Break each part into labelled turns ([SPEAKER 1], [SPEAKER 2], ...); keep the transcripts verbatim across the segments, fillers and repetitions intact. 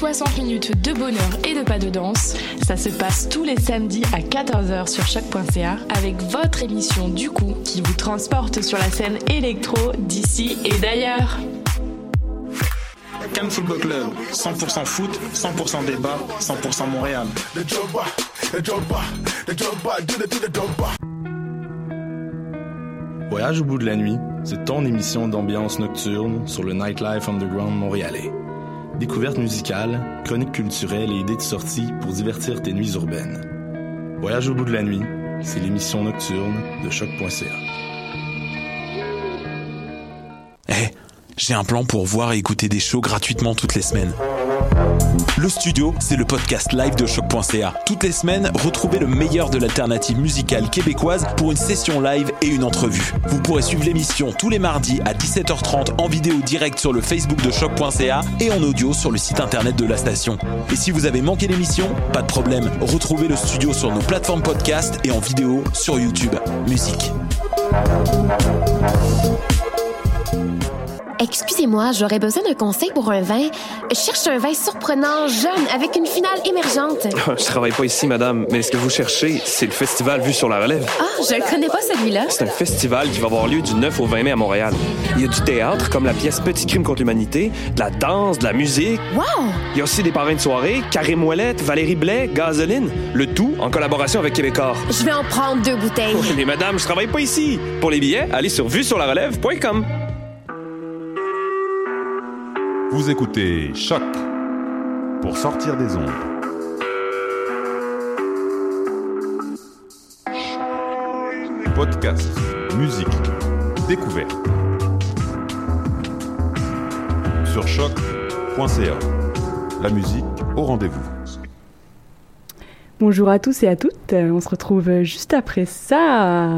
[SPEAKER 1] soixante minutes de bonheur et de pas de danse. Ça se passe tous les samedis à quatorze heures sur choc point c a avec votre émission du coup qui vous transporte sur la scène électro d'ici et d'ailleurs.
[SPEAKER 2] Cannes Football Club, cent pour cent foot, cent pour cent débat, cent pour cent Montréal.
[SPEAKER 3] Voyage au bout de la nuit, c'est ton émission d'ambiance nocturne sur le Nightlife Underground montréalais. Découvertes musicales, chroniques culturelles et idées de sortie pour divertir tes nuits urbaines. Voyage au bout de la nuit, c'est l'émission nocturne de choc point c a.
[SPEAKER 4] Eh, hey, j'ai un plan pour voir et écouter des shows gratuitement toutes les semaines. Le Studio, c'est le podcast live de choc point c a. Toutes les semaines, retrouvez le meilleur de l'alternative musicale québécoise pour une session live et une entrevue. Vous pourrez suivre l'émission tous les mardis à dix-sept heures trente en vidéo direct sur le Facebook de choc point c a et en audio sur le site internet de la station. Et si vous avez manqué l'émission, pas de problème. Retrouvez le Studio sur nos plateformes podcast et en vidéo sur YouTube. Musique.
[SPEAKER 5] Excusez-moi, j'aurais besoin d'un conseil pour un vin. Je cherche un vin surprenant, jeune, avec une finale émergente.
[SPEAKER 6] Je travaille pas ici, madame, mais ce que vous cherchez, c'est le festival Vue sur la Relève.
[SPEAKER 5] Ah, je ne connais pas celui-là.
[SPEAKER 6] C'est un festival qui va avoir lieu du neuf au vingt mai à Montréal. Il y a du théâtre, comme la pièce Petit crime contre l'humanité, de la danse, de la musique.
[SPEAKER 5] Wow!
[SPEAKER 6] Il y a aussi des parrains de soirée, Karim Ouellette, Valérie Blais, Gasoline, le tout en collaboration avec Québécois.
[SPEAKER 5] Je vais en prendre deux bouteilles.
[SPEAKER 6] Oui, mais madame, je travaille pas ici. Pour les billets, allez sur vue sur la relève point com.
[SPEAKER 7] Vous écoutez Choc pour sortir des ondes. Podcast, musique, découverte. Sur choc point c a. La musique au rendez-vous.
[SPEAKER 8] Bonjour à tous et à toutes. On se retrouve juste après ça.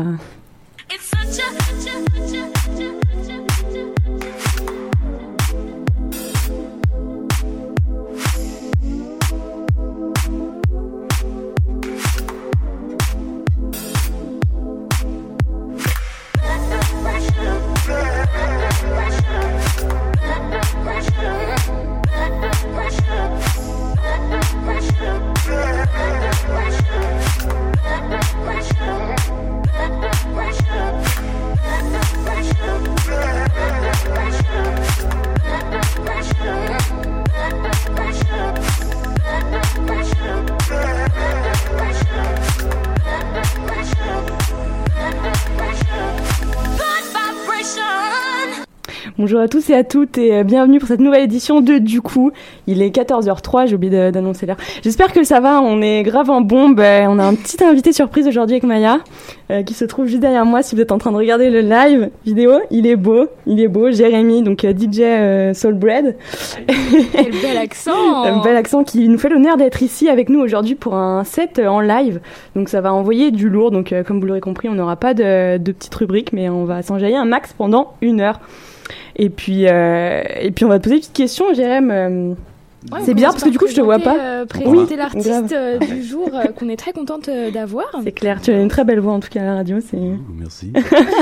[SPEAKER 8] Bonjour à tous et à toutes et bienvenue pour cette nouvelle édition de Du coup. Il est quatorze heures trois, j'ai oublié d'annoncer l'heure. J'espère que ça va, on est grave en bombe. On a un petit invité surprise aujourd'hui avec Maya euh, qui se trouve juste derrière moi si vous êtes en train de regarder le live vidéo. Il est beau, il est beau. Jérémy, donc euh, D J euh, Soulbread.
[SPEAKER 9] Quel bel accent.
[SPEAKER 8] Un bel accent qui nous fait l'honneur d'être ici avec nous aujourd'hui pour un set en live. Donc ça va envoyer du lourd. Donc euh, comme vous l'aurez compris, on n'aura pas de, de petites rubriques mais on va s'enjailler un max pendant une heure. Et puis, euh, et puis on va te poser une petite question, Jérém. Euh,
[SPEAKER 9] ouais,
[SPEAKER 8] c'est bien parce que du coup je te vois pas.
[SPEAKER 9] Euh, présenter l'artiste euh, du jour euh, qu'on est très contente euh, d'avoir.
[SPEAKER 8] C'est clair, tu as une très belle voix en tout cas à la radio. C'est...
[SPEAKER 10] Merci.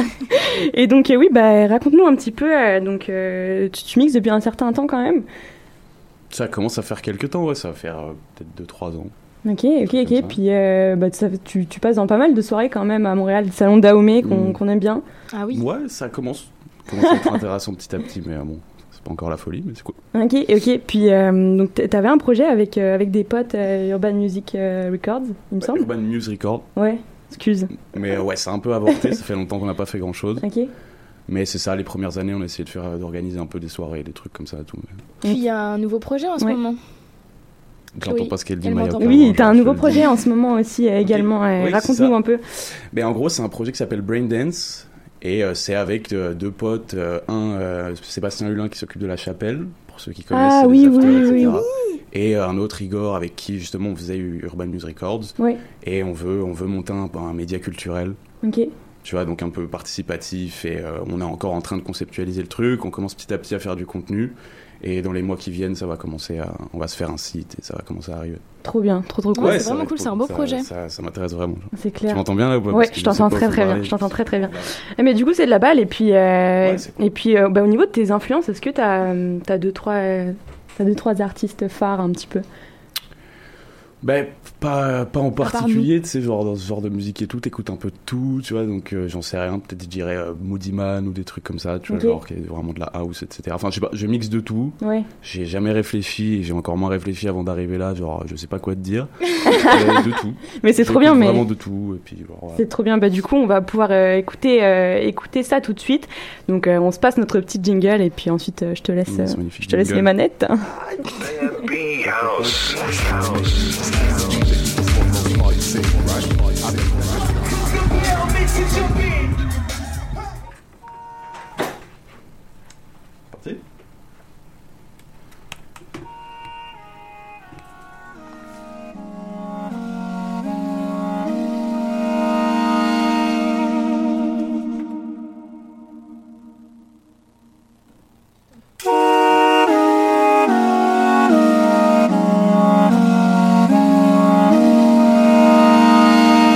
[SPEAKER 8] Et donc euh, oui, bah raconte-nous un petit peu. Euh, donc euh, tu, tu mixes depuis un certain temps quand même.
[SPEAKER 10] Ça commence à faire quelques temps, ouais, ça va faire euh, peut-être deux trois ans.
[SPEAKER 8] Ok, ok, ok. Puis euh, bah, ça, tu, tu passes dans pas mal de soirées quand même à Montréal, le salon Dahomey qu'on, mmh. qu'on aime bien.
[SPEAKER 9] Ah oui.
[SPEAKER 10] Ouais, ça commence. commence à être intéressant petit à petit, mais euh, bon, c'est pas encore la folie, mais c'est cool.
[SPEAKER 8] Ok, ok. Puis, euh, donc, t'avais un projet avec, euh, avec des potes, euh, Urban Music euh, Records, il me
[SPEAKER 10] ouais,
[SPEAKER 8] semble.
[SPEAKER 10] Urban Music Records.
[SPEAKER 8] Ouais, excuse.
[SPEAKER 10] Mais euh, ouais, c'est un peu avorté, ça fait longtemps qu'on n'a pas fait grand-chose.
[SPEAKER 8] Ok.
[SPEAKER 10] Mais c'est ça, les premières années, on a essayé de faire, d'organiser un peu des soirées, des trucs comme ça. Tout, mais...
[SPEAKER 9] Puis, il y a un nouveau projet en ce
[SPEAKER 8] ouais.
[SPEAKER 9] moment.
[SPEAKER 10] J'entends pas ce qu'elle dit,
[SPEAKER 8] Maya. Oui, t'as un nouveau projet en ce moment aussi, euh, également. Okay. Euh, oui, raconte-nous un peu.
[SPEAKER 10] Ben, en gros, c'est un projet qui s'appelle Brain Dance. Et euh, c'est avec euh, deux potes, euh, un euh, Sébastien Hulin qui s'occupe de La Chapelle, pour ceux qui connaissent,
[SPEAKER 8] ah, oui, oui, et cetera. Oui, oui.
[SPEAKER 10] Et euh, un autre Igor avec qui justement on faisait Urban Music Records.
[SPEAKER 8] Oui.
[SPEAKER 10] Et on veut, on veut monter un, un média culturel.
[SPEAKER 8] Ok.
[SPEAKER 10] Tu vois, donc un peu participatif. Et euh, on est encore en train de conceptualiser le truc. On commence petit à petit à faire du contenu. Et dans les mois qui viennent, ça va commencer à, on va se faire un site et ça va commencer à arriver.
[SPEAKER 8] Trop bien, trop trop cool.
[SPEAKER 9] Ouais, c'est vraiment cool, c'est un beau
[SPEAKER 10] ça,
[SPEAKER 9] projet.
[SPEAKER 10] Ça, ça, ça m'intéresse vraiment.
[SPEAKER 8] C'est clair.
[SPEAKER 10] Tu m'entends bien là ou pas?
[SPEAKER 8] Ouais, je t'entends très très bien. Je t'entends très très bien. Mais du coup, c'est de la balle et puis euh, ouais, cool. Et puis euh, bah, au niveau de tes influences, est-ce que t'as t'as deux trois euh, T'as deux, trois artistes phares un petit peu.
[SPEAKER 10] Ben, pas, pas en particulier, tu sais, genre dans ce genre de musique et tout, t'écoutes un peu de tout, tu vois, donc euh, j'en sais rien, peut-être je dirais euh, Moody Man ou des trucs comme ça, tu vois,
[SPEAKER 8] okay.
[SPEAKER 10] genre qui est vraiment de la house, et cetera. Enfin, je sais pas, je mixe de tout,
[SPEAKER 8] ouais.
[SPEAKER 10] J'ai jamais réfléchi, et j'ai encore moins réfléchi avant d'arriver là, genre je sais pas quoi te dire, euh, de tout.
[SPEAKER 8] Mais c'est trop bien, mais...
[SPEAKER 10] vraiment de tout, et puis genre, voilà.
[SPEAKER 8] C'est trop bien, bah du coup on va pouvoir euh, écouter, euh, écouter ça tout de suite, donc euh, on se passe notre petit jingle, et puis ensuite euh, je te laisse, euh, je te laisse les manettes.
[SPEAKER 10] Parti.
[SPEAKER 11] Thank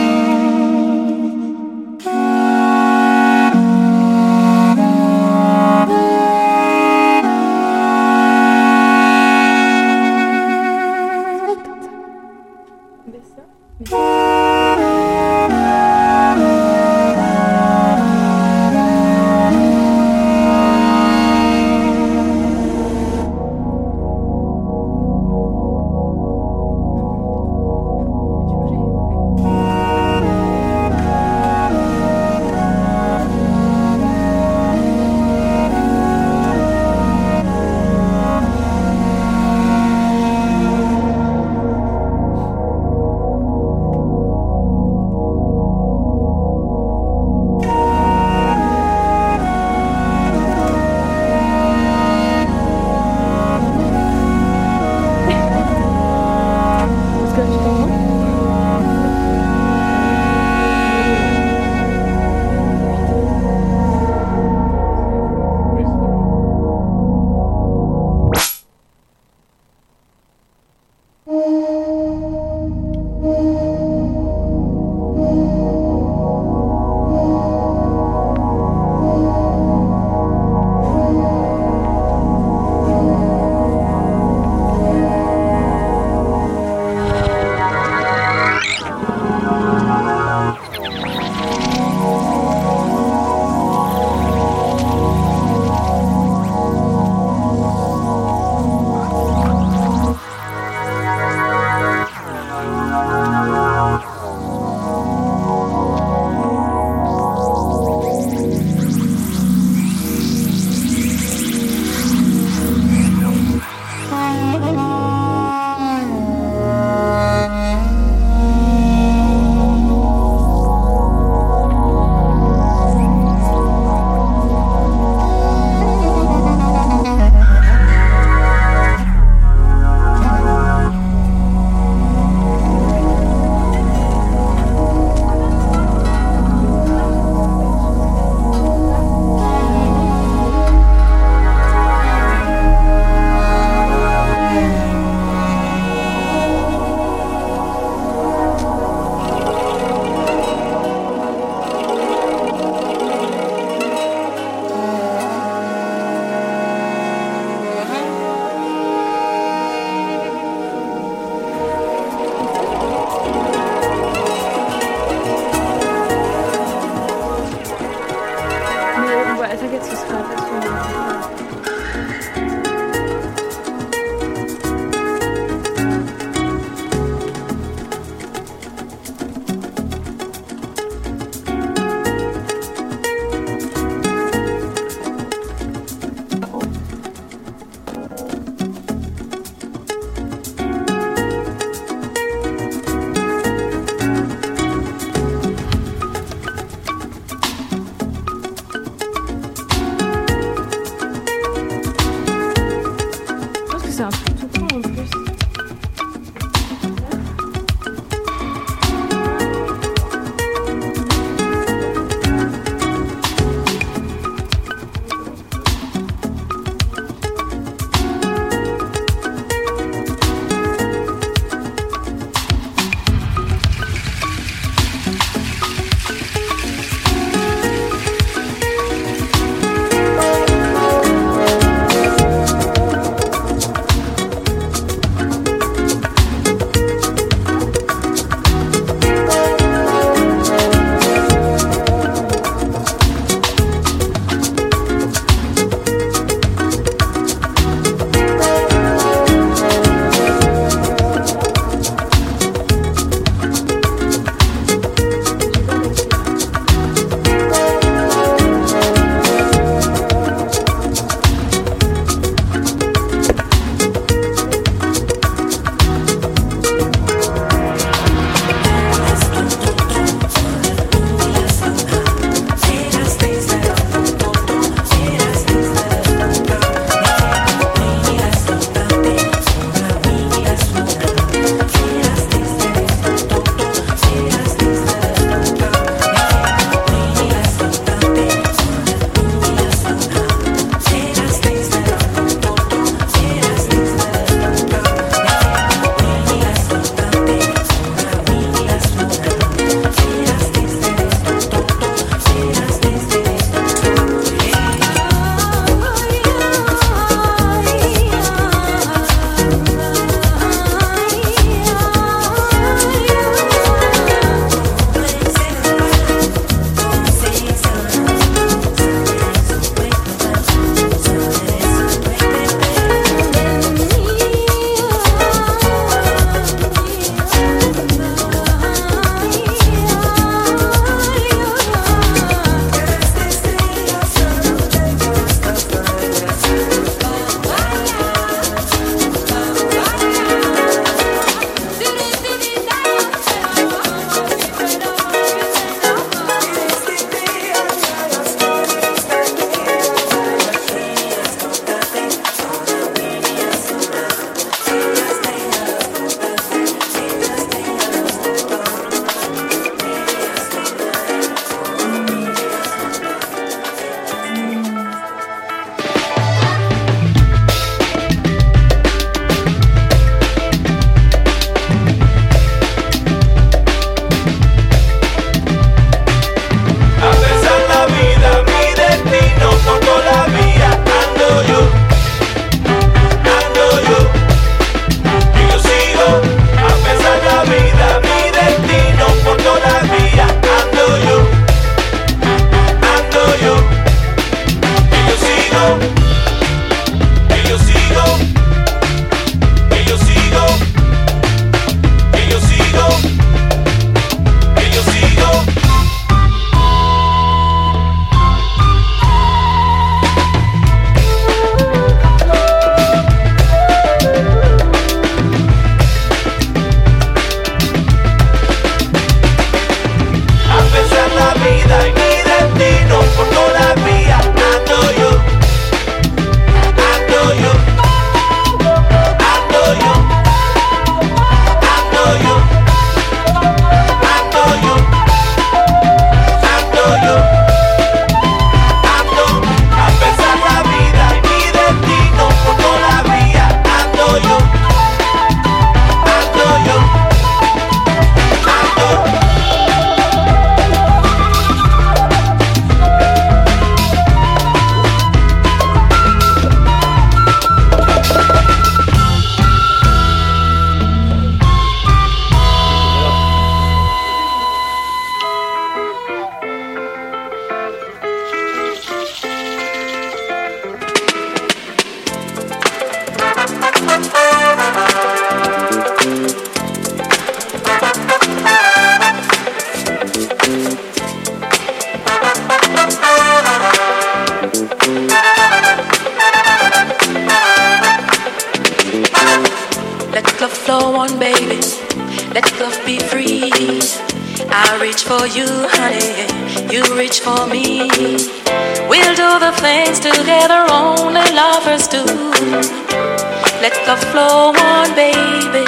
[SPEAKER 11] on, baby. Let love be free. I reach for you, honey. You reach for me. We'll do the things together only lovers do. Let love flow on, baby.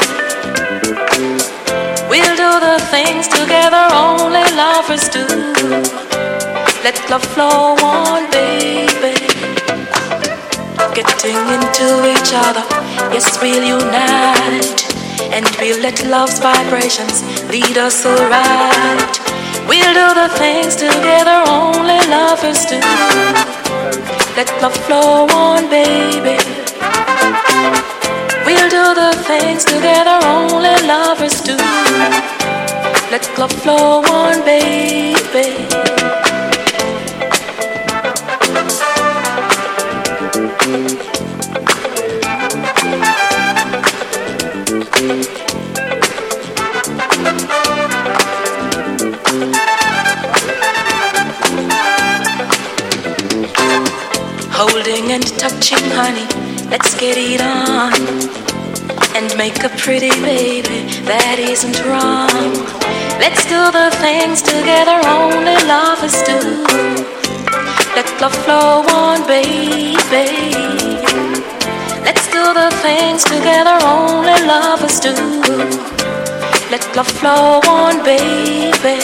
[SPEAKER 11] We'll do the things together only lovers do. Let love flow on, baby. Getting into each other, yes, we'll unite. And we'll let love's vibrations lead us so right. We'll do the things together only lovers do. Let love flow on, baby. We'll do the things together only lovers do. Let love flow on, baby. Holding and touching, honey, let's get it on. And make a pretty baby, that isn't wrong. Let's do the things together only lovers do. Let love flow on, baby. Let's do the things together only lovers do. Let love flow on, baby.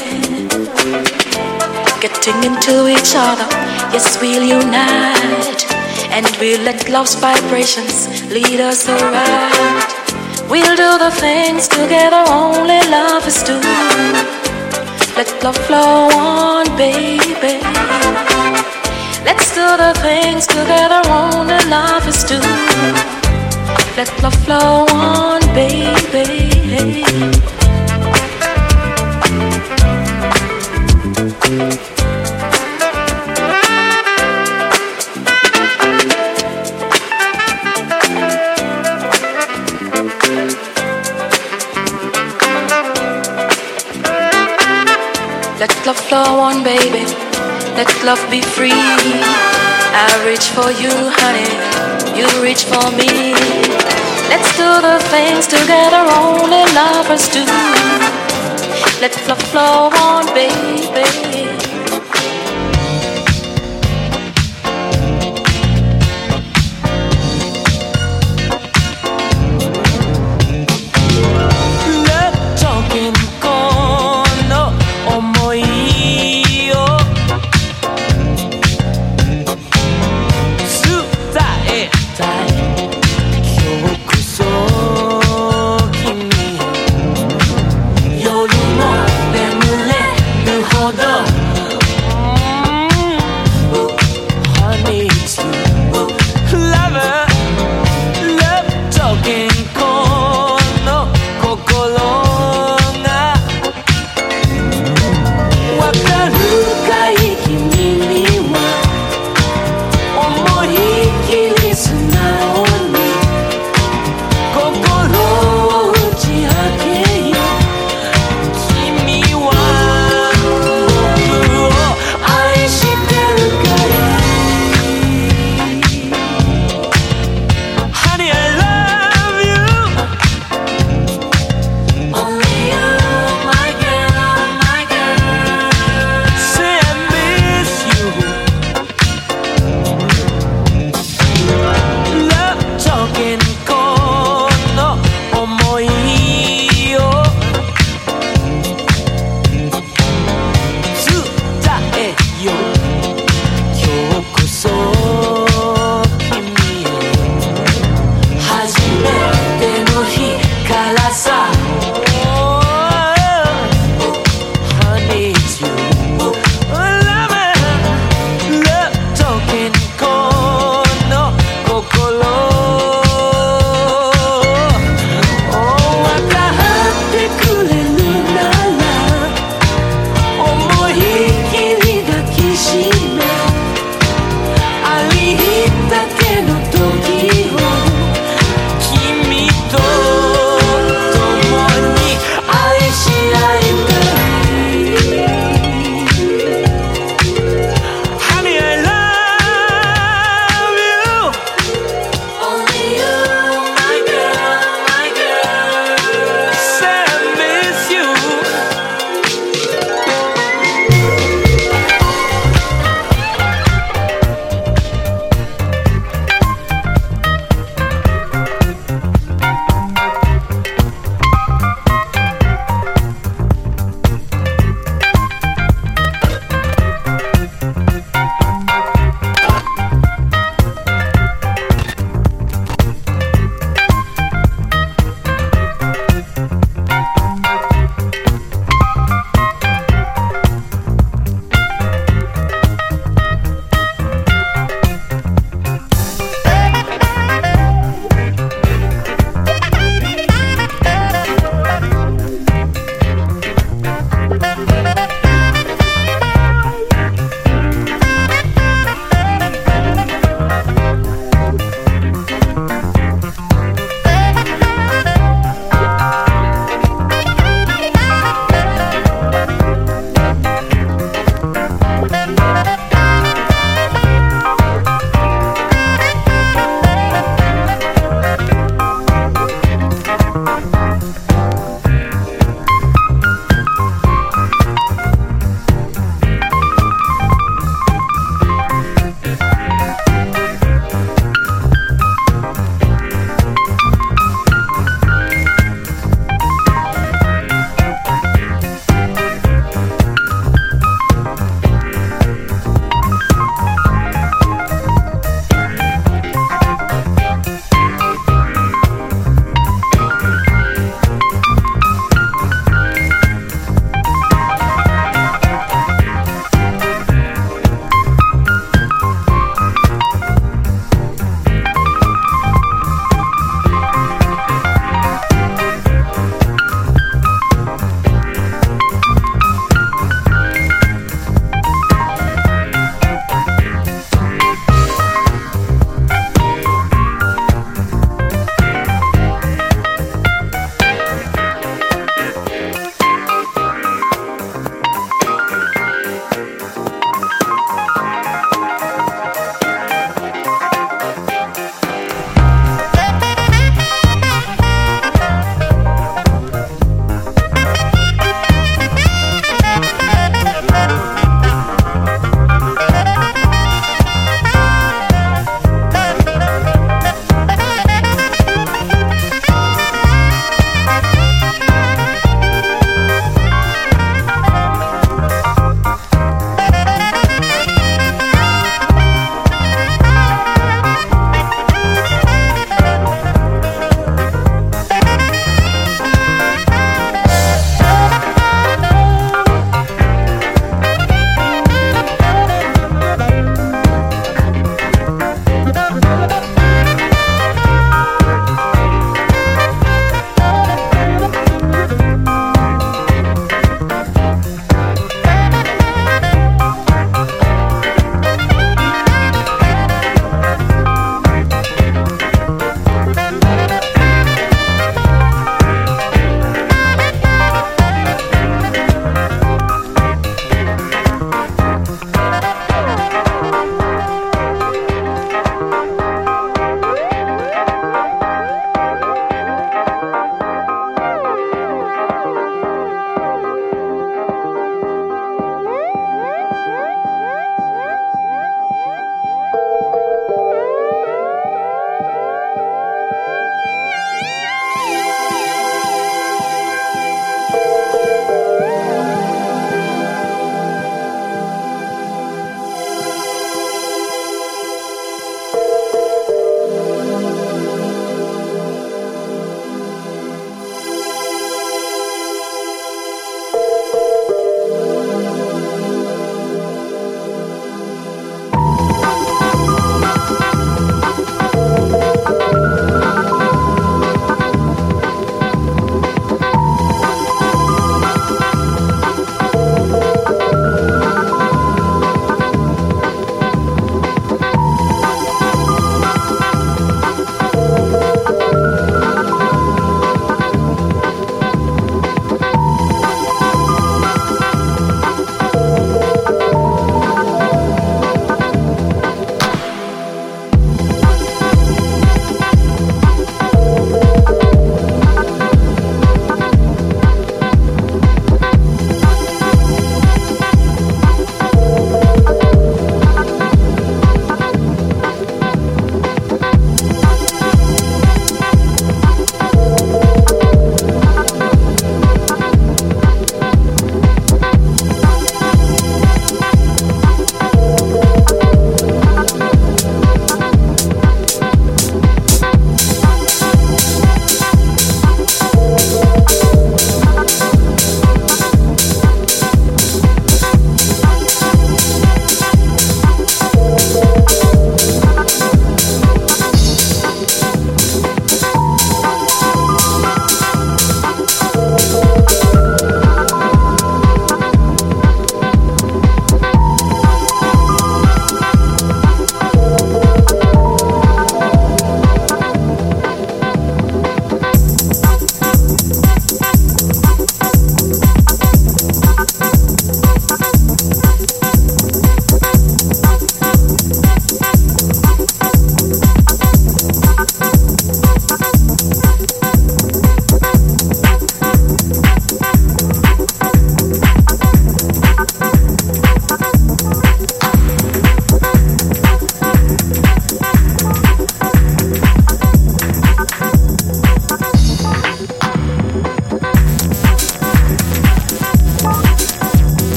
[SPEAKER 11] Getting into each other, yes, we'll unite. And we'll let love's vibrations lead us right. We'll do the things together only lovers do. Let love flow on, baby. Let's do the things together only lovers do. Let love flow on, baby. Let love flow on, baby. Let love be free. I reach for you, honey. You reach for me. Let's do the things together only lovers do. Let love flow on, baby.
[SPEAKER 12] You're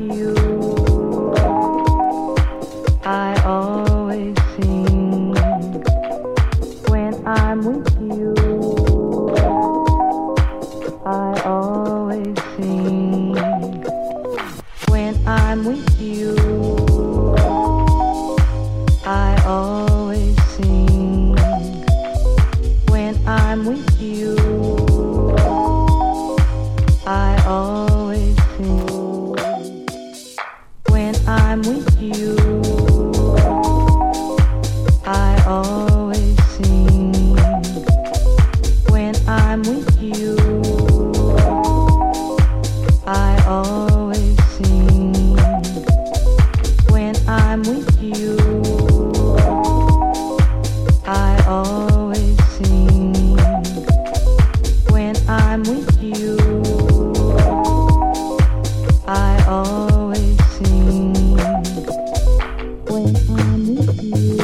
[SPEAKER 12] you, I always sing. When I'm with you, I always sing. When I'm with you, I always sing. When I'm with you, I always sing. When I'm with you, I always sing. When I'm with you, I always sing. When I'm with you, I always sing. When I'm with you, I always sing. When I'm with you,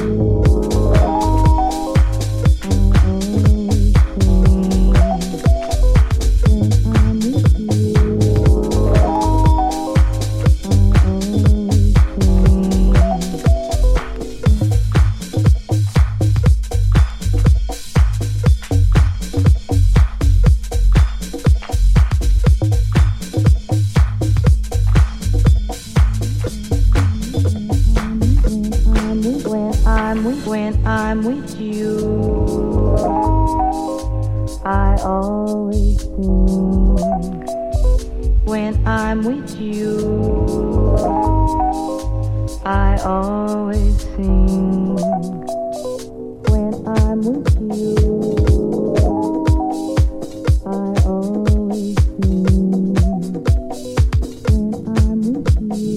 [SPEAKER 12] when I'm with you, I always sing. When I'm with you, I always sing. When I'm with you, I always sing. When I'm with you,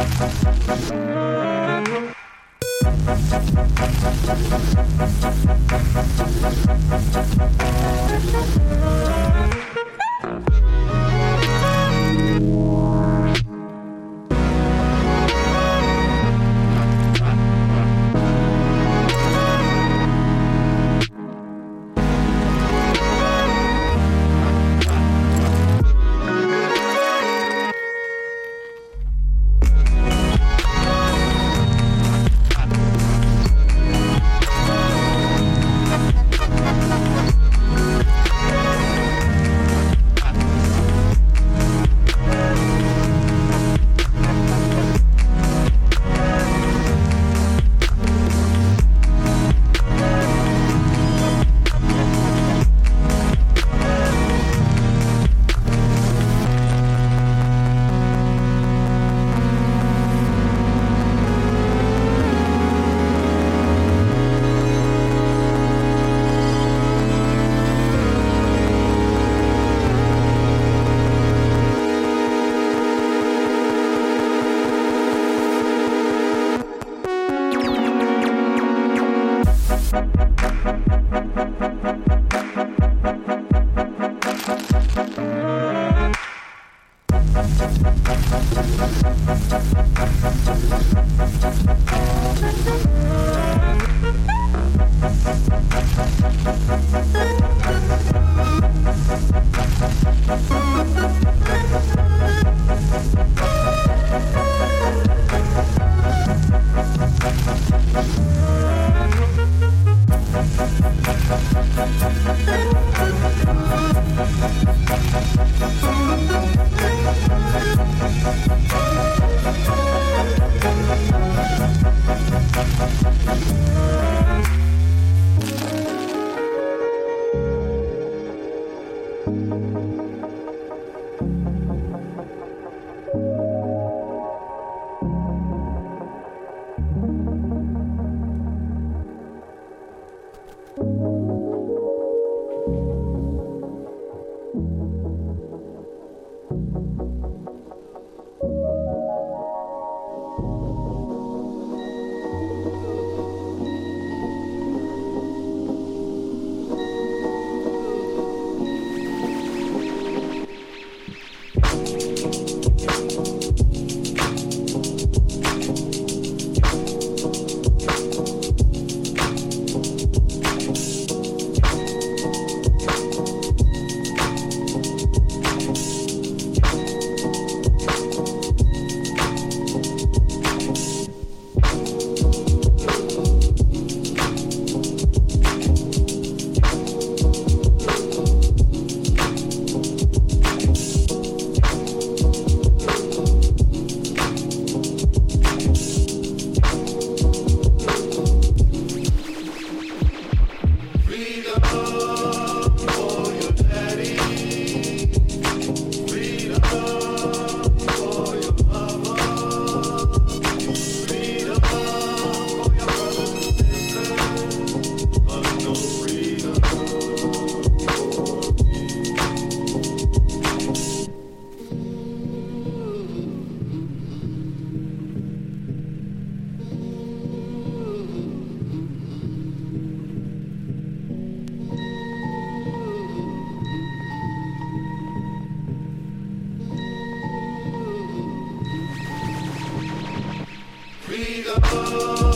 [SPEAKER 13] Freedom.